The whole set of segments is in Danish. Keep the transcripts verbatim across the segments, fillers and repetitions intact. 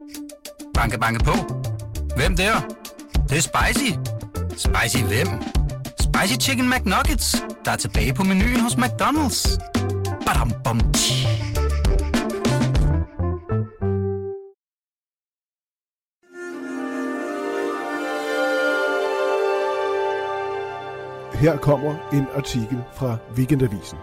Banke, banke på. Hvem der? Det, det er spicy. Spicy hvem? Spicy Chicken McNuggets, der er tilbage på menuen hos McDonald's. Badum, bom, tji. Her kommer en artikel fra Weekendavisen.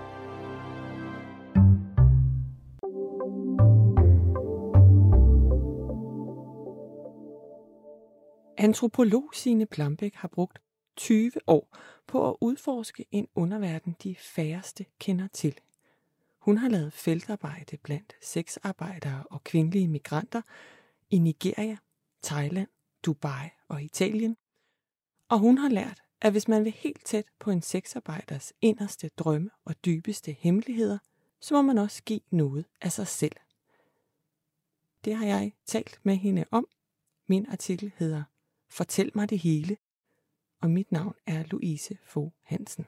Antropolog Signe Plambæk har brugt tyve år på at udforske en underverden, de færreste kender til. Hun har lavet feltarbejde blandt sexarbejdere og kvindelige migranter i Nigeria, Thailand, Dubai og Italien. Og hun har lært, at hvis man vil helt tæt på en sexarbejders inderste drømme og dybeste hemmeligheder, så må man også give noget af sig selv. Det har jeg talt med hende om. Min artikel hedder Fortæl mig det hele, og mit navn er Louise Fogh Hansen.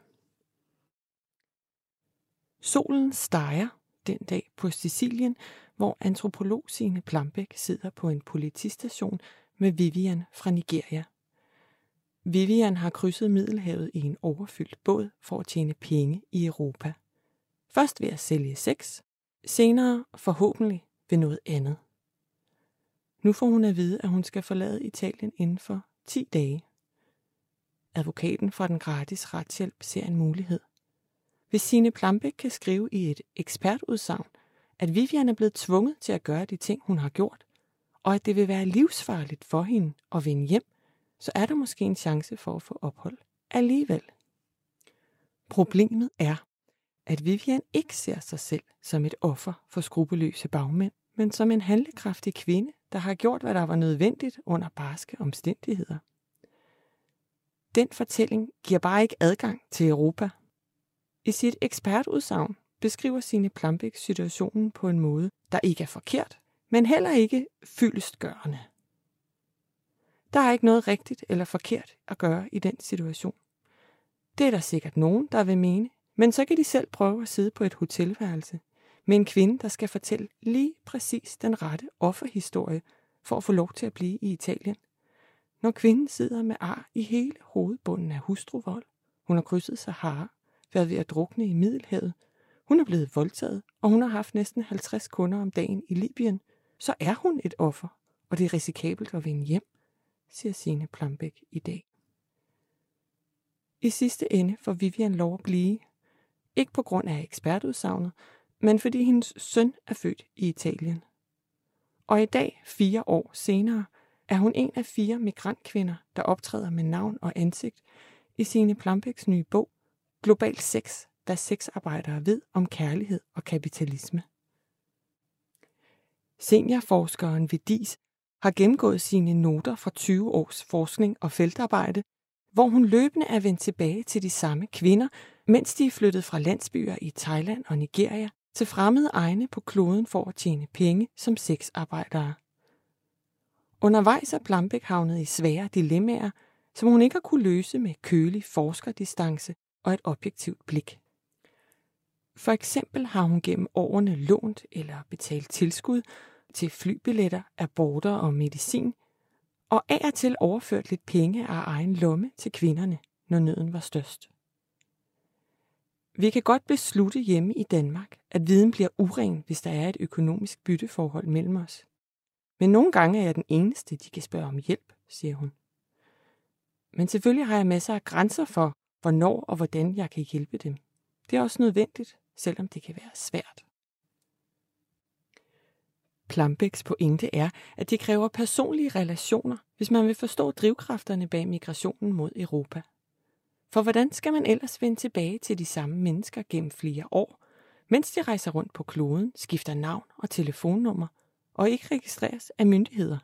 Solen steger den dag på Sicilien, hvor antropolog Signe Plambæk sidder på en politistation med Vivian fra Nigeria. Vivian har krydset Middelhavet i en overfyldt båd for at tjene penge i Europa. Først ved at sælge sex, senere forhåbentlig ved noget andet. Nu får hun at vide, at hun skal forlade Italien inden for ti dage. Advokaten fra den gratis retshjælp ser en mulighed. Hvis Signe Plambæk kan skrive i et ekspertudsagn, at Vivian er blevet tvunget til at gøre de ting, hun har gjort, og at det vil være livsfarligt for hende at vende hjem, så er der måske en chance for at få ophold alligevel. Problemet er, at Vivian ikke ser sig selv som et offer for skrupelløse bagmænd, men som en handlekraftig kvinde, der har gjort, hvad der var nødvendigt under barske omstændigheder. Den fortælling giver bare ikke adgang til Europa. I sit ekspertudsagn beskriver Signe Plambæk situationen på en måde, der ikke er forkert, men heller ikke fyldestgørende. Der er ikke noget rigtigt eller forkert at gøre i den situation. Det er der sikkert nogen, der vil mene, men så kan de selv prøve at sidde på et hotelværelse med en kvinde, der skal fortælle lige præcis den rette offerhistorie for at få lov til at blive i Italien. Når kvinden sidder med ar i hele hovedbunden af hustruvold, hun har krydset Sahara, været ved at drukne i Middelhavet, hun er blevet voldtaget, og hun har haft næsten halvtreds kunder om dagen i Libyen, så er hun et offer, og det er risikabelt at vende hjem, siger Signe Plambæk i dag. I sidste ende får Vivian lov at blive, ikke på grund af ekspertudsagnet, men fordi hendes søn er født i Italien. Og i dag, fire år senere, er hun en af fire migrantkvinder, der optræder med navn og ansigt i Signe Plambæks nye bog, Global Sex, hvad sexarbejdere ved om kærlighed og kapitalisme. Seniorforskeren ved D I S har gennemgået sine noter fra tyve års forskning og feltarbejde, hvor hun løbende er vendt tilbage til de samme kvinder, mens de er flyttet fra landsbyer i Thailand og Nigeria til fremmede egne på kloden for at tjene penge som sexarbejdere. Undervejs er Plambæk havnet i svære dilemmaer, som hun ikke har kunne løse med kølig forskerdistance og et objektivt blik. For eksempel har hun gennem årene lånt eller betalt tilskud til flybilletter, aborter og medicin, og af og til overført lidt penge af egen lomme til kvinderne, når nøden var størst. Vi kan godt beslutte hjemme i Danmark, at viden bliver uren, hvis der er et økonomisk bytteforhold mellem os. Men nogle gange er jeg den eneste, de kan spørge om hjælp, siger hun. Men selvfølgelig har jeg masser af grænser for, hvornår og hvordan jeg kan hjælpe dem. Det er også nødvendigt, selvom det kan være svært. Plambæks pointe er, at det kræver personlige relationer, hvis man vil forstå drivkræfterne bag migrationen mod Europa. For hvordan skal man ellers vende tilbage til de samme mennesker gennem flere år, mens de rejser rundt på kloden, skifter navn og telefonnummer og ikke registreres af myndigheder?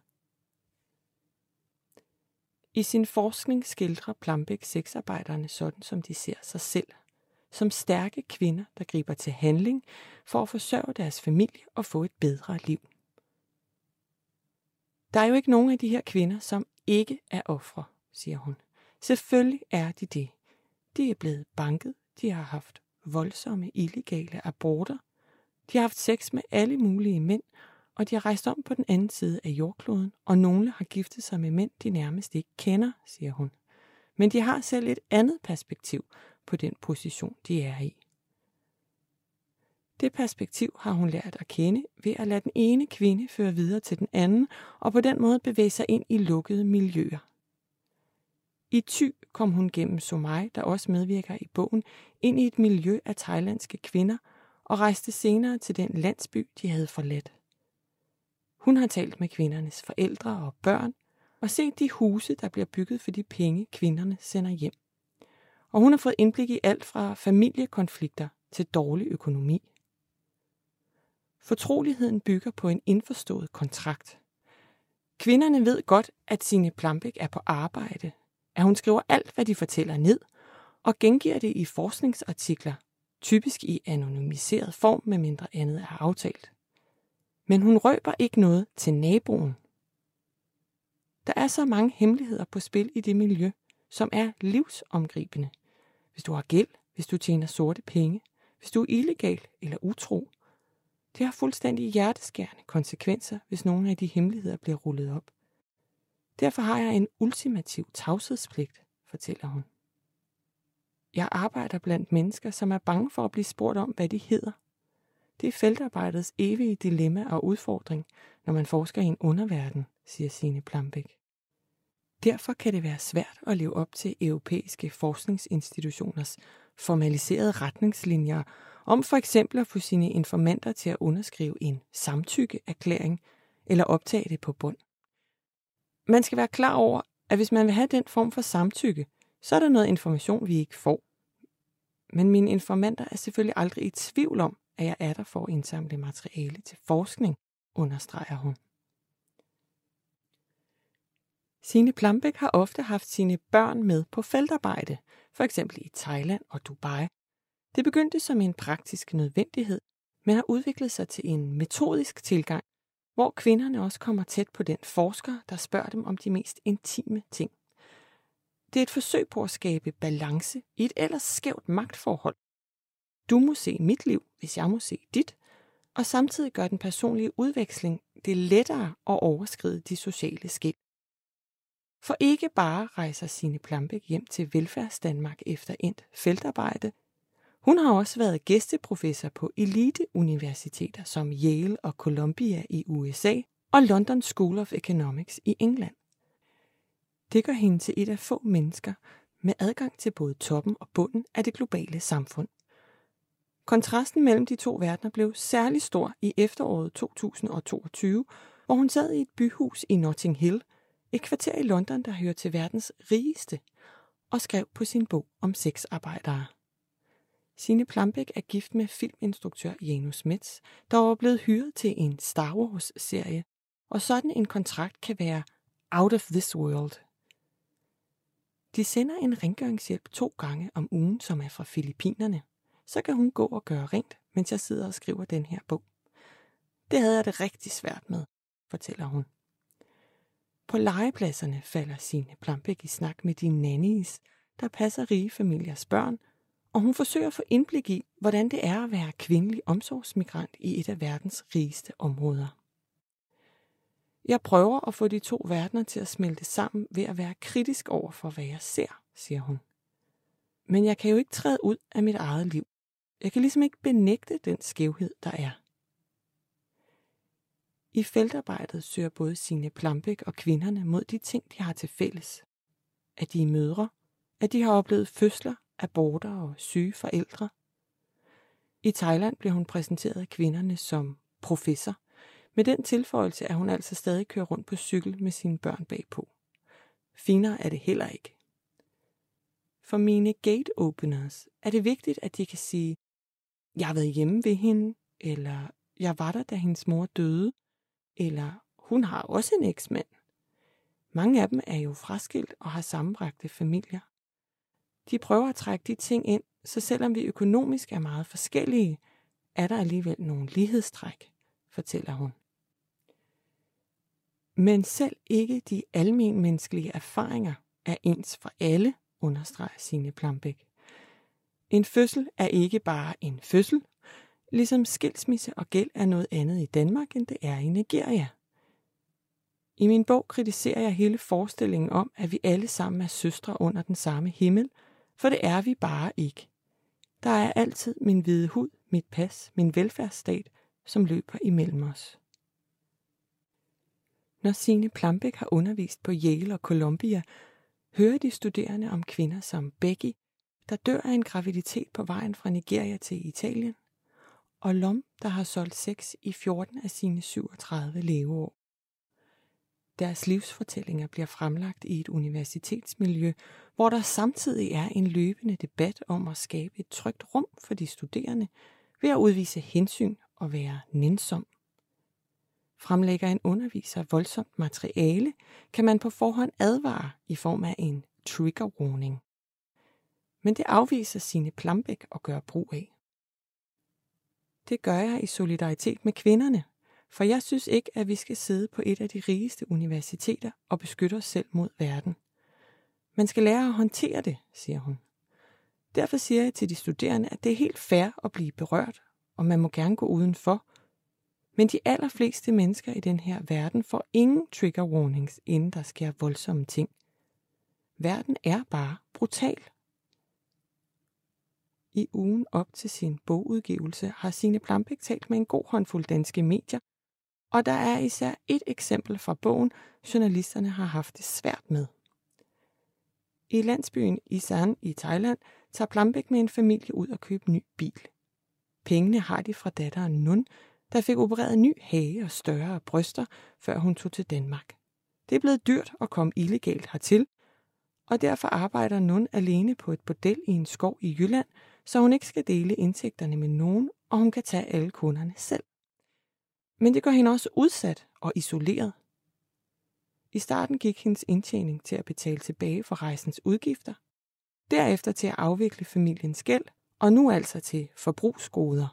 I sin forskning skildrer Plambæk sexarbejderne sådan, som de ser sig selv, som stærke kvinder, der griber til handling for at forsørge deres familie og få et bedre liv. Der er jo ikke nogen af de her kvinder, som ikke er ofre, siger hun. Selvfølgelig er de det. De er blevet banket, de har haft voldsomme, illegale aborter, de har haft sex med alle mulige mænd, og de har rejst om på den anden side af jordkloden, og nogle har giftet sig med mænd, de nærmest ikke kender, siger hun. Men de har selv et andet perspektiv på den position, de er i. Det perspektiv har hun lært at kende ved at lade den ene kvinde føre videre til den anden, og på den måde bevæge sig ind i lukkede miljøer. I Thy kom hun gennem Somai, der også medvirker i bogen, ind i et miljø af thailandske kvinder, og rejste senere til den landsby, de havde forladt. Hun har talt med kvindernes forældre og børn, og set de huse, der bliver bygget for de penge, kvinderne sender hjem. Og hun har fået indblik i alt fra familiekonflikter til dårlig økonomi. Fortroligheden bygger på en indforstået kontrakt. Kvinderne ved godt, at Signe Plambæk er på arbejde, at hun skriver alt, hvad de fortæller ned, og gengiver det i forskningsartikler, typisk i anonymiseret form, med mindre andet er aftalt. Men hun røber ikke noget til naboen. Der er så mange hemmeligheder på spil i det miljø, som er livsomgribende. Hvis du har gæld, hvis du tjener sorte penge, hvis du er illegal eller utro. Det har fuldstændig hjerteskærende konsekvenser, hvis nogle af de hemmeligheder bliver rullet op. Derfor har jeg en ultimativ tavshedspligt, fortæller hun. Jeg arbejder blandt mennesker, som er bange for at blive spurgt om, hvad de hedder. Det er feltarbejdets evige dilemma og udfordring, når man forsker i en underverden, siger Signe Plambæk. Derfor kan det være svært at leve op til europæiske forskningsinstitutioners formaliserede retningslinjer om for eksempel at få sine informanter til at underskrive en samtykkeerklæring eller optage det på bånd. Man skal være klar over, at hvis man vil have den form for samtykke, så er der noget information, vi ikke får. Men mine informanter er selvfølgelig aldrig i tvivl om, at jeg er der for at indsamle materiale til forskning, understreger hun. Signe Plambæk har ofte haft sine børn med på feltarbejde, for eksempel i Thailand og Dubai. Det begyndte som en praktisk nødvendighed, men har udviklet sig til en metodisk tilgang, hvor kvinderne også kommer tæt på den forsker, der spørger dem om de mest intime ting. Det er et forsøg på at skabe balance i et ellers skævt magtforhold. Du må se mit liv, hvis jeg må se dit, og samtidig gør den personlige udveksling det lettere at overskride de sociale skel. For ikke bare rejser Signe Plambæk hjem til Velfærdsdanmark efter endt feltarbejde, hun har også været gæsteprofessor på eliteuniversiteter som Yale og Columbia i U S A og London School of Economics i England. Det gør hende til et af få mennesker med adgang til både toppen og bunden af det globale samfund. Kontrasten mellem de to verdener blev særlig stor i efteråret to tusind og toogtyve, hvor hun sad i et byhus i Notting Hill, et kvarter i London, der hører til verdens rigeste, og skrev på sin bog om sexarbejdere. Signe Plambæk er gift med filminstruktør Janus Metz, der var blevet hyret til en Star Wars-serie, og sådan en kontrakt kan være out of this world. De sender en rengøringshjælp to gange om ugen, som er fra Filippinerne. Så kan hun gå og gøre rent, mens jeg sidder og skriver den her bog. Det havde jeg det rigtig svært med, fortæller hun. På legepladserne falder Signe Plambæk i snak med de nannies, der passer rige familiers børn, og hun forsøger at få indblik i, hvordan det er at være kvindelig omsorgsmigrant i et af verdens rigeste områder. Jeg prøver at få de to verdener til at smelte sammen ved at være kritisk over for, hvad jeg ser, siger hun. Men jeg kan jo ikke træde ud af mit eget liv. Jeg kan ligesom ikke benægte den skævhed, der er. I feltarbejdet søger både Signe Plambæk og kvinderne mod de ting, de har til fælles. At de er mødre, at de har oplevet fødsler, aborter og syge forældre. I Thailand blev hun præsenteret af kvinderne som professor, med den tilføjelse, at hun altså stadig kører rundt på cykel med sine børn bagpå. Finere er det heller ikke. For mine gate openers er det vigtigt, at de kan sige, jeg har været hjemme ved hende, eller jeg var der, da hendes mor døde, eller hun har også en eksmand. Mange af dem er jo fraskilt og har sammenbragte familier. De prøver at trække de ting ind, så selvom vi økonomisk er meget forskellige, er der alligevel nogle lighedstræk, fortæller hun. Men selv ikke de almenmenneskelige erfaringer er ens for alle, understreger Signe Plambæk. En fødsel er ikke bare en fødsel. Ligesom skilsmisse og gæld er noget andet i Danmark, end det er i Nigeria. I min bog kritiserer jeg hele forestillingen om, at vi alle sammen er søstre under den samme himmel, for det er vi bare ikke. Der er altid min hvide hud, mit pas, min velfærdsstat, som løber imellem os. Når Signe Plambæk har undervist på Yale og Columbia, hører de studerende om kvinder som Becky, der dør af en graviditet på vejen fra Nigeria til Italien, og Lom, der har solgt sex i fjorten af sine syvogtredive leveår. Deres livsfortællinger bliver fremlagt i et universitetsmiljø, hvor der samtidig er en løbende debat om at skabe et trygt rum for de studerende ved at udvise hensyn og være nænsom. Fremlægger en underviser voldsomt materiale, kan man på forhånd advare i form af en trigger warning. Men det afviser Signe Plambæk at gøre brug af. Det gør jeg i solidaritet med kvinderne, for jeg synes ikke, at vi skal sidde på et af de rigeste universiteter og beskytte os selv mod verden. Man skal lære at håndtere det, siger hun. Derfor siger jeg til de studerende, at det er helt fair at blive berørt, og man må gerne gå udenfor. Men de allerfleste mennesker i den her verden får ingen trigger warnings, inden der sker voldsomme ting. Verden er bare brutal. I ugen op til sin bogudgivelse har Signe Plambæk talt med en god håndfuld danske medier, og der er især et eksempel fra bogen, journalisterne har haft det svært med. I landsbyen Isan i Thailand tager Plambæk med en familie ud og købe ny bil. Pengene har de fra datteren Nun, der fik opereret ny hage og større bryster, før hun tog til Danmark. Det er blevet dyrt at komme illegalt hertil, og derfor arbejder Nun alene på et bordel i en skov i Jylland, så hun ikke skal dele indtægterne med nogen, og hun kan tage alle kunderne selv. Men det gør hende også udsat og isoleret. I starten gik hendes indtjening til at betale tilbage for rejsens udgifter, derefter til at afvikle familiens gæld, og nu altså til forbrugsgoder.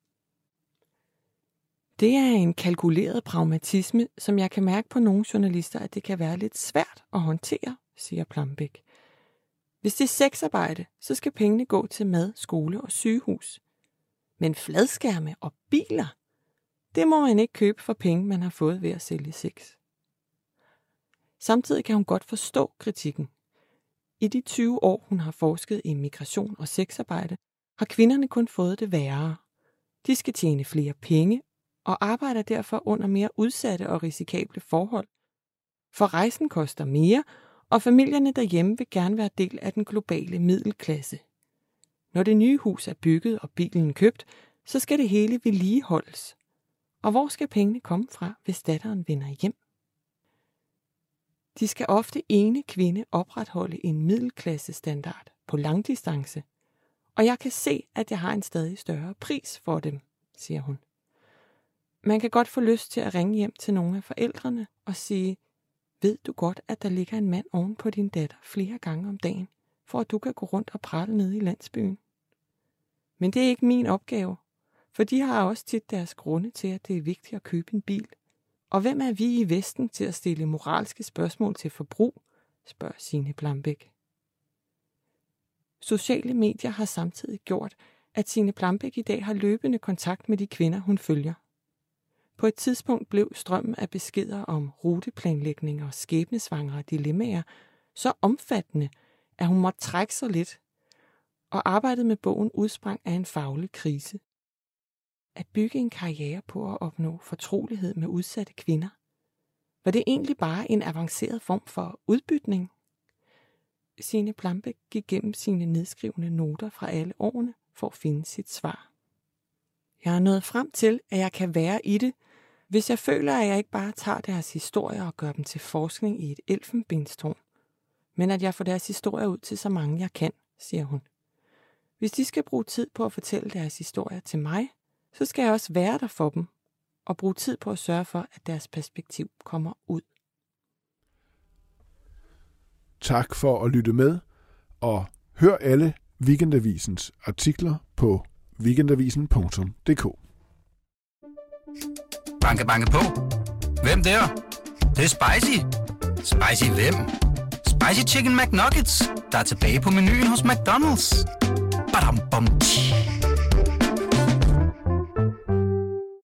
Det er en kalkuleret pragmatisme, som jeg kan mærke på nogle journalister, at det kan være lidt svært at håndtere, siger Plambæk. Hvis det er sexarbejde, så skal pengene gå til mad, skole og sygehus. Men fladskærme og biler, det må man ikke købe for penge, man har fået ved at sælge sex. Samtidig kan hun godt forstå kritikken. I de tyve år, hun har forsket i migration og sexarbejde, har kvinderne kun fået det værre. De skal tjene flere penge og arbejder derfor under mere udsatte og risikable forhold. For rejsen koster mere, og familierne derhjemme vil gerne være del af den globale middelklasse. Når det nye hus er bygget og bilen købt, så skal det hele vedligeholdes. Og hvor skal pengene komme fra, hvis datteren vender hjem? De skal ofte ene kvinde opretholde en middelklassestandard på langdistance, og jeg kan se, at jeg har en stadig større pris for dem, siger hun. Man kan godt få lyst til at ringe hjem til nogle af forældrene og sige, ved du godt, at der ligger en mand oven på din datter flere gange om dagen, for at du kan gå rundt og prale nede i landsbyen? Men det er ikke min opgave, for de har også tit deres grunde til, at det er vigtigt at købe en bil. Og hvem er vi i Vesten til at stille moralske spørgsmål til forbrug, spørger Signe Plambæk. Sociale medier har samtidig gjort, at Signe Plambæk i dag har løbende kontakt med de kvinder, hun følger. På et tidspunkt blev strømmen af beskeder om ruteplanlægning og skæbnesvangre dilemmaer så omfattende, at hun måtte trække sig lidt, og arbejdet med bogen udsprang af en faglig krise. At bygge en karriere på at opnå fortrolighed med udsatte kvinder, var det egentlig bare en avanceret form for udbytning? Signe Plambæk gik gennem sine nedskrivne noter fra alle årene for at finde sit svar. Jeg er nået frem til, at jeg kan være i det, hvis jeg føler, at jeg ikke bare tager deres historier og gør dem til forskning i et elfenbenstårn, men at jeg får deres historier ud til så mange jeg kan, siger hun. Hvis de skal bruge tid på at fortælle deres historier til mig, så skal jeg også være der for dem og bruge tid på at sørge for, at deres perspektiv kommer ud. Tak for at lytte med, og hør alle Weekendavisens artikler på weekendavisen punktum d k. Banke, banke på. Hvem der? Det, det er spicy. Spicy hvem? Spicy Chicken McNuggets, der er tilbage på menuen hos McDonald's. Badum, bom, tji.